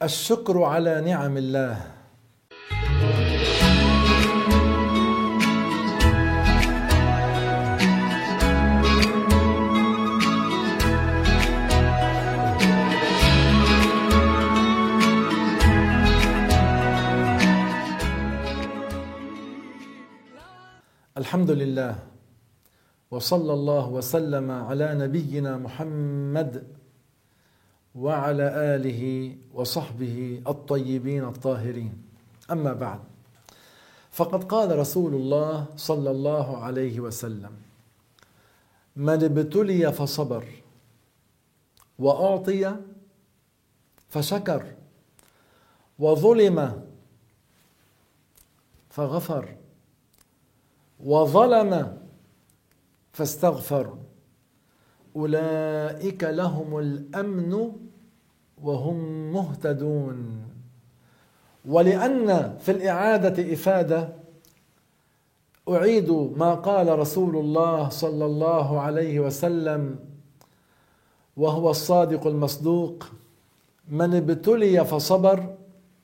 الشكر على نعم الله. الحمد لله، وصلى الله وسلم على نبينا محمد وعلى آله وصحبه الطيبين الطاهرين. أما بعد، فقد قال رسول الله صلى الله عليه وسلم: من ابتلي فصبر وأعطي فشكر وظلم فغفر وظلم فاستغفر أولئك لهم الأمن وهم مهتدون. ولأن في الإعادة إفادة، أعيد ما قال رسول الله صلى الله عليه وسلم وهو الصادق المصدوق: من ابتلي فصبر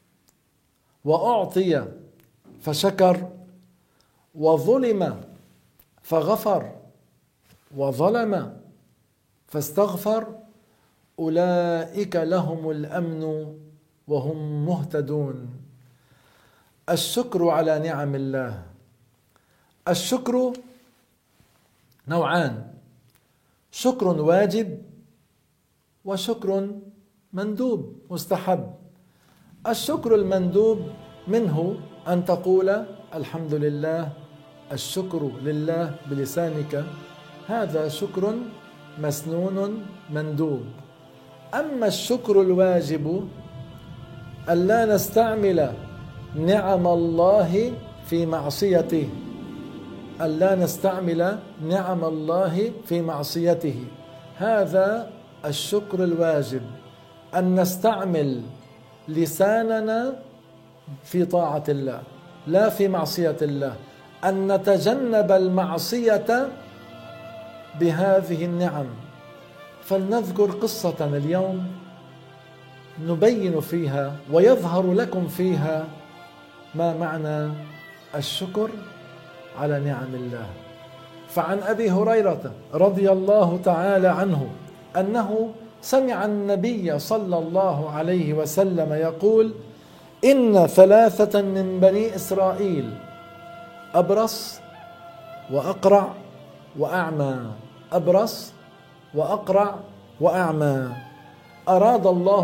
وأعطي فشكر وظلم فغفر وظلم فاستغفر أولئك لهم الأمن وهم مهتدون. الشكر على نعم الله. الشكر نوعان: شكر واجب وشكر مندوب مستحب. الشكر المندوب منه أن تقول الحمد لله، الشكر لله بلسانك، هذا شكر مسنون مندوب. أما الشكر الواجب ألا نستعمل نعم الله في معصيته، ألا نستعمل نعم الله في معصيته، هذا الشكر الواجب، أن نستعمل لساننا في طاعة الله لا في معصية الله، أن نتجنب المعصية بهذه النعم. فلنذكر قصة اليوم نبين فيها ويظهر لكم فيها ما معنى الشكر على نعم الله. فعن أبي هريرة رضي الله تعالى عنه أنه سمع النبي صلى الله عليه وسلم يقول: إن ثلاثة من بني إسرائيل أبرص وأقرع وأعمى، أبرص وأقرع وأعمى، أراد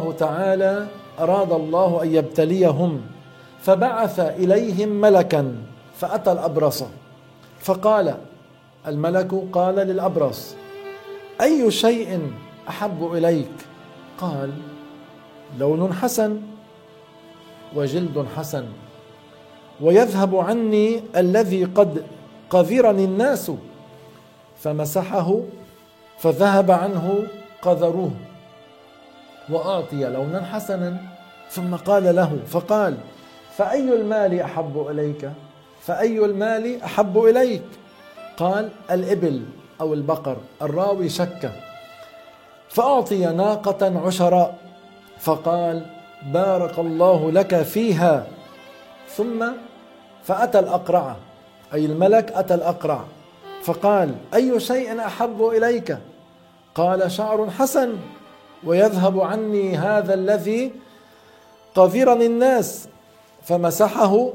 الله أن يبتليهم، فبعث إليهم ملكا فأتى الأبرص، فقال الملك قال للأبرص: أي شيء أحب إليك؟ قال: لون حسن وجلد حسن، ويذهب عني الذي قد قذرني الناس، فمسحه فذهب عنه قذروه، وأعطي لونا حسنا. ثم قال له فقال: فأي المال أحب إليك؟ فأي المال أحب إليك؟ قال: الإبل أو البقر، الراوي شك. فأعطي ناقة عشراء، فقال: بارك الله لك فيها. ثم فأتى الأقرع، أي الملك أتى الأقرع، فقال: أي شيء أحب إليك؟ قال: شعر حسن، ويذهب عني هذا الذي قذرني الناس، فمسحه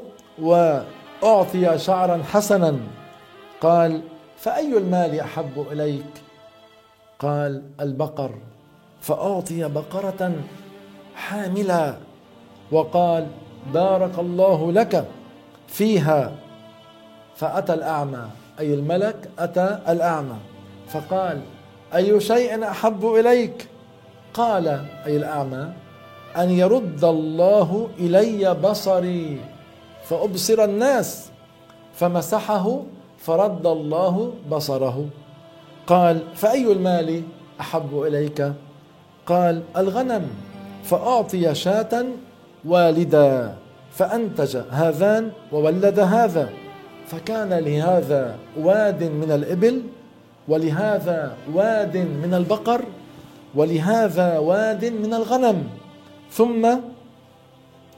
وأعطي شعرا حسنا. قال: فأي المال أحب إليك؟ قال: البقر، فأعطي بقرة حاملا، وقال: بارك الله لك فيها. فأتى الأعمى، أي الملك أتى الأعمى، فقال: أي شيء أحب إليك؟ قال، أي الأعمى: أن يرد الله إلي بصري فأبصر الناس، فمسحه فرد الله بصره. قال: فأي المال أحب إليك؟ قال: الغنم، فأعطي شاة والدا، فأنتج هذان وولد هذا، فكان لهذا واد من الإبل، ولهذا واد من البقر، ولهذا واد من الغنم. ثم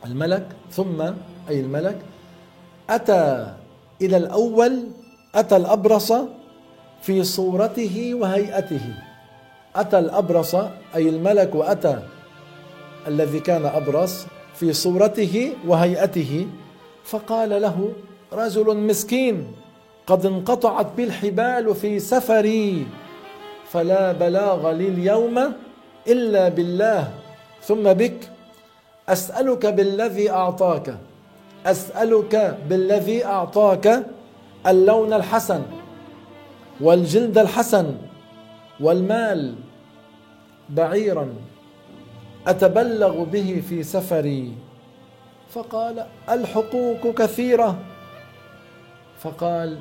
الملك ثم أي الملك أتى إلى الأول، أتى الأبرص في صورته وهيئته. أتى الأبرص أي الملك، وأتى الذي كان أبرص في صورته وهيئته، فقال له: رجل مسكين قد انقطعت بي الحبال في سفري، فلا بلاغ لي اليوم إلا بالله ثم بك، أسألك بالذي أعطاك، أسألك بالذي أعطاك اللون الحسن والجلد الحسن والمال، بعيرا أتبلغ به في سفري. فقال: الحقوق كثيرة. فقال: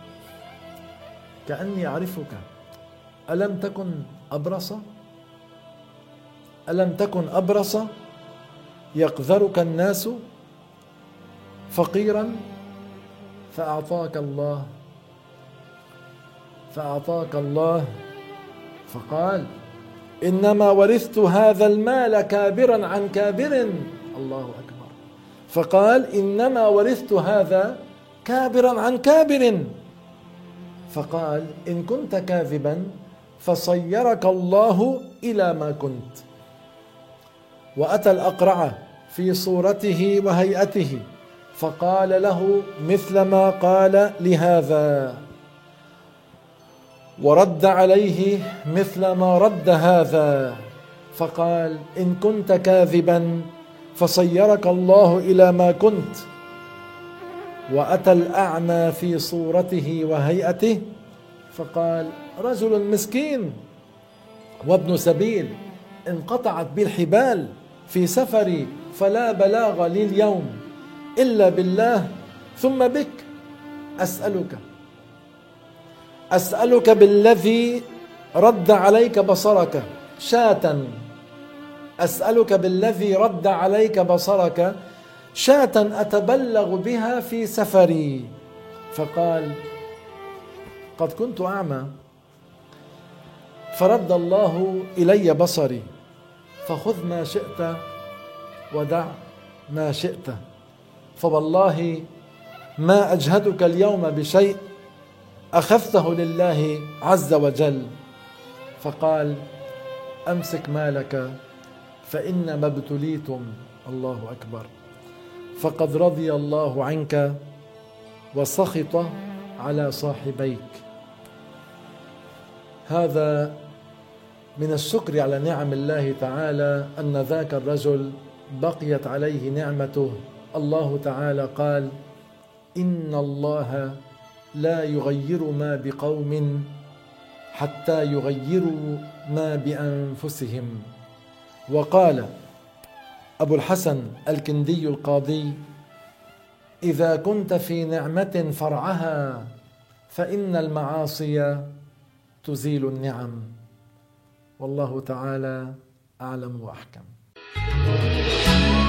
كأني أعرفك، ألم تكن أبرص؟ ألم تكن أبرص يقذرك الناس فقيرا فأعطاك الله. فقال: إنما ورثت هذا المال كابرا عن كابر. الله أكبر. فقال: إنما ورثت هذا كابرا عن كابر. فقال: إن كنت كاذبا فصيرك الله إلى ما كنت. وأتى الأقرع في صورته وهيئته، فقال له مثل ما قال لهذا، ورد عليه مثل ما رد هذا، فقال: إن كنت كاذبا فصيرك الله إلى ما كنت. وأتى الأعمى في صورته وهيئته، فقال: رجل مسكين وابن سبيل انقطعت بي الحبال في سفري، فلا بلاغ لي اليوم إلا بالله ثم بك، أسألك بالذي رد عليك بصرك شاة، أسألك بالذي رد عليك بصرك شاة أتبلغ بها في سفري. فقال: قد كنت أعمى فرد الله إلي بصري، فخذ ما شئت ودع ما شئت، فوالله ما أجهدك اليوم بشيء أخذته لله عز وجل. فقال: أمسك مالك فإنما ابتليتم. الله أكبر. فقد رضي الله عنك وسخط على صاحبيك. هذا من الشكر على نعم الله تعالى أن ذاك الرجل بقيت عليه نعمته. الله تعالى قال: إن الله لا يغير ما بقوم حتى يغيروا ما بأنفسهم. وقال أبو الحسن الكندي القاضي: إذا كنت في نعمة فرعها فإن المعاصي تزيل النعم. والله تعالى أعلم وأحكم.